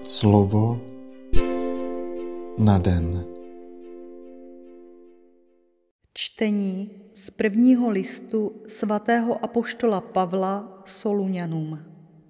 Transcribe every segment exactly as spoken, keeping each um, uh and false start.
Slovo na den. Čtení z prvního listu svatého apoštola Pavla Soluňanům.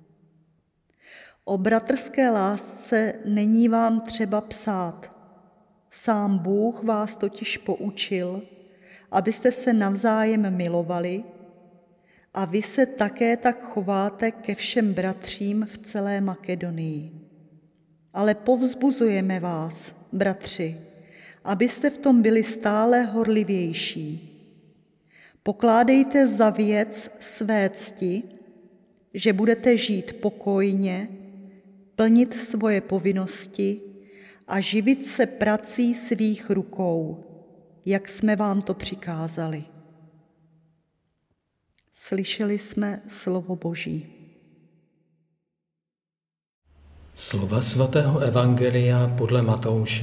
O bratrské lásce není vám třeba psát. Sám Bůh vás totiž poučil, abyste se navzájem milovali, a vy se také tak chováte ke všem bratřím v celé Makedonii. Ale povzbuzujeme vás, bratři, abyste v tom byli stále horlivější. Pokládejte za věc své cti, že budete žít pokojně, plnit svoje povinnosti a živit se prací svých rukou, jak jsme vám to přikázali. Slyšeli jsme slovo Boží. Slova svatého evangelia podle Matouše.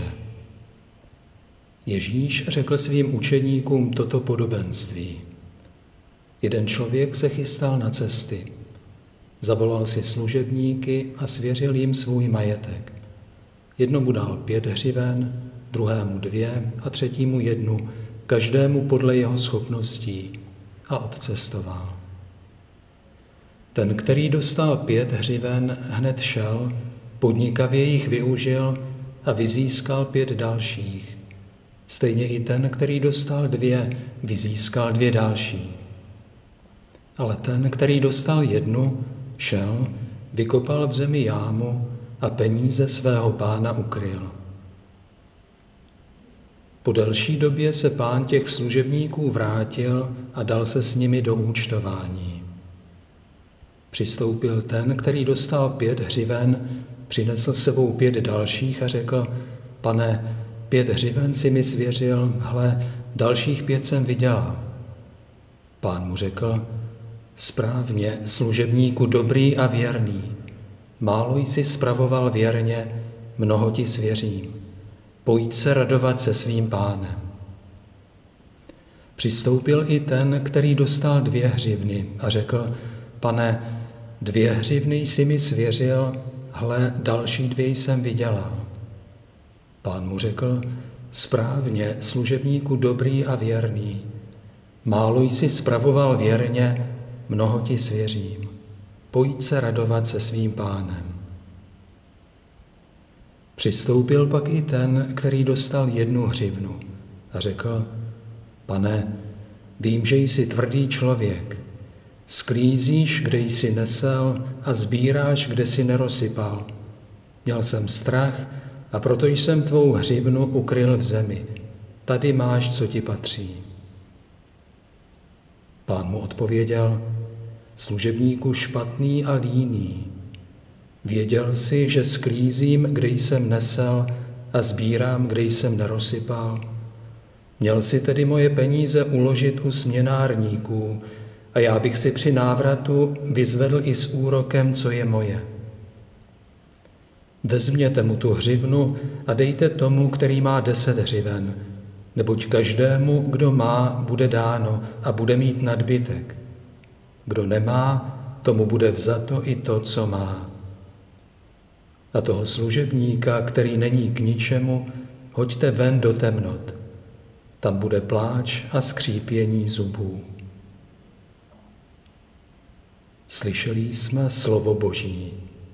Ježíš řekl svým učedníkům toto podobenství. Jeden člověk se chystal na cesty. Zavolal si služebníky a svěřil jim svůj majetek. Jednomu dal pět hřiven, druhému dvě a třetímu jednu, každému podle jeho schopností, a odcestoval. Ten, který dostal pět hřiven, hned šel, podnikavě jich využil a vyzískal pět dalších. Stejně i ten, který dostal dvě, vyzískal dvě další. Ale ten, který dostal jednu, šel, vykopal v zemi jámu a peníze svého pána ukryl. Po delší době se pán těch služebníků vrátil a dal se s nimi do účtování. Přistoupil ten, který dostal pět hřiven, přinesl s sebou pět dalších a řekl: Pane, pět hřiven si mi svěřil, hle, dalších pět jsem vydělal. Pán mu řekl: Správně, služebníku dobrý a věrný. Málo jsi spravoval věrně, mnoho ti svěřím. Pojď se radovat se svým pánem. Přistoupil i ten, který dostal dvě hřivny a řekl: Pane, dvě hřivny jsi mi svěřil, hle, další dvě jsem vydělal. Pán mu řekl: Správně, služebníku dobrý a věrný. Málo jsi spravoval věrně, mnoho ti svěřím. Pojď se radovat se svým pánem. Přistoupil pak i ten, který dostal jednu hřivnu a řekl: Pane, vím, že jsi tvrdý člověk. Sklízíš, kde jsi nesel, a sbíráš, kde jsi nerozsypal. Měl jsem strach, a proto jsem tvou hřivnu ukryl v zemi. Tady máš, co ti patří. Pán mu odpověděl: Služebníku špatný a líný. Věděl jsi, že sklízím, kde jsem nesel, a sbírám, kde jsem nerozsypal. Měl si tedy moje peníze uložit u směnárníků, a já bych si při návratu vyzvedl i s úrokem, co je moje. Vezměte mu tu hřivnu a dejte tomu, který má deset hřiven, neboť každému, kdo má, bude dáno a bude mít nadbytek. Kdo nemá, tomu bude vzato i to, co má. A toho služebníka, který není k ničemu, hoďte ven do temnot. Tam bude pláč a skřípění zubů. Slyšeli jsme slovo Boží.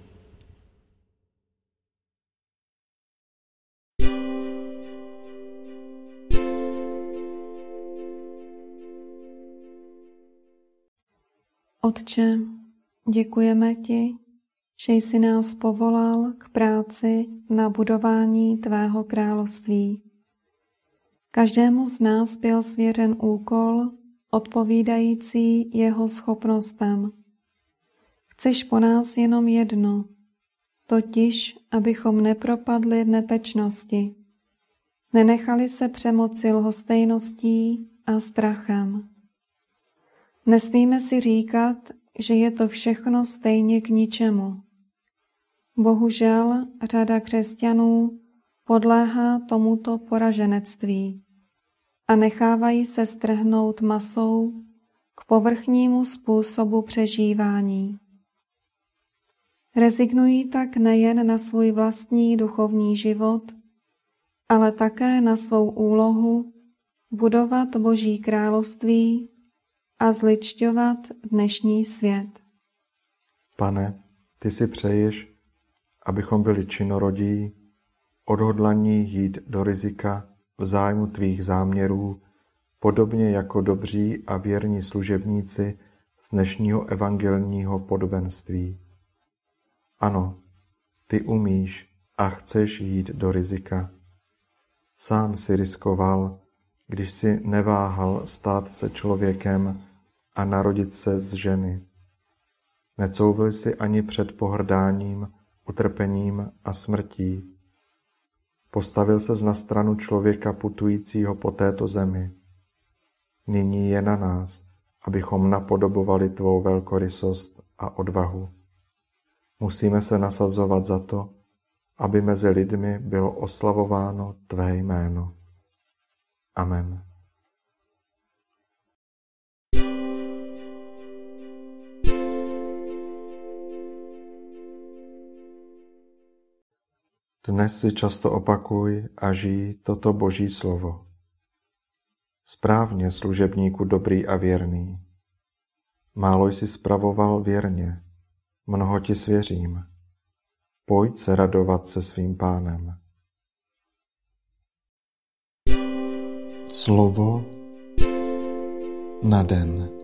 Otče, děkujeme ti, že jsi nás povolal k práci na budování tvého království. Každému z nás byl svěřen úkol odpovídající jeho schopnostem. Chceš po nás jenom jedno, totiž abychom nepropadli netečnosti, nenechali se přemoci lhostejností a strachem. Nesmíme si říkat, že je to všechno stejně k ničemu. Bohužel řada křesťanů podléhá tomuto poraženectví a nechávají se strhnout masou k povrchnímu způsobu přežívání. Rezignují tak nejen na svůj vlastní duchovní život, ale také na svou úlohu budovat Boží království a zličťovat dnešní svět. Pane, ty si přeješ, abychom byli činorodí, odhodlaní jít do rizika v zájmu tvých záměrů, podobně jako dobří a věrní služebníci z dnešního evangelního podobenství. Ano, ty umíš a chceš jít do rizika. Sám si riskoval, když si neváhal stát se člověkem a narodit se z ženy. Necouvil si ani před pohrdáním, utrpením a smrtí. Postavil ses na stranu člověka putujícího po této zemi. Nyní je na nás, abychom napodobovali tvou velkorysost a odvahu. Musíme se nasazovat za to, aby mezi lidmi bylo oslavováno tvé jméno. Amen. Dnes si často opakuj a žij toto Boží slovo. Správně, služebníku dobrý a věrný. Málo jsi spravoval věrně, mnoho ti svěřím. Pojď se radovat se svým Pánem. Slovo na den.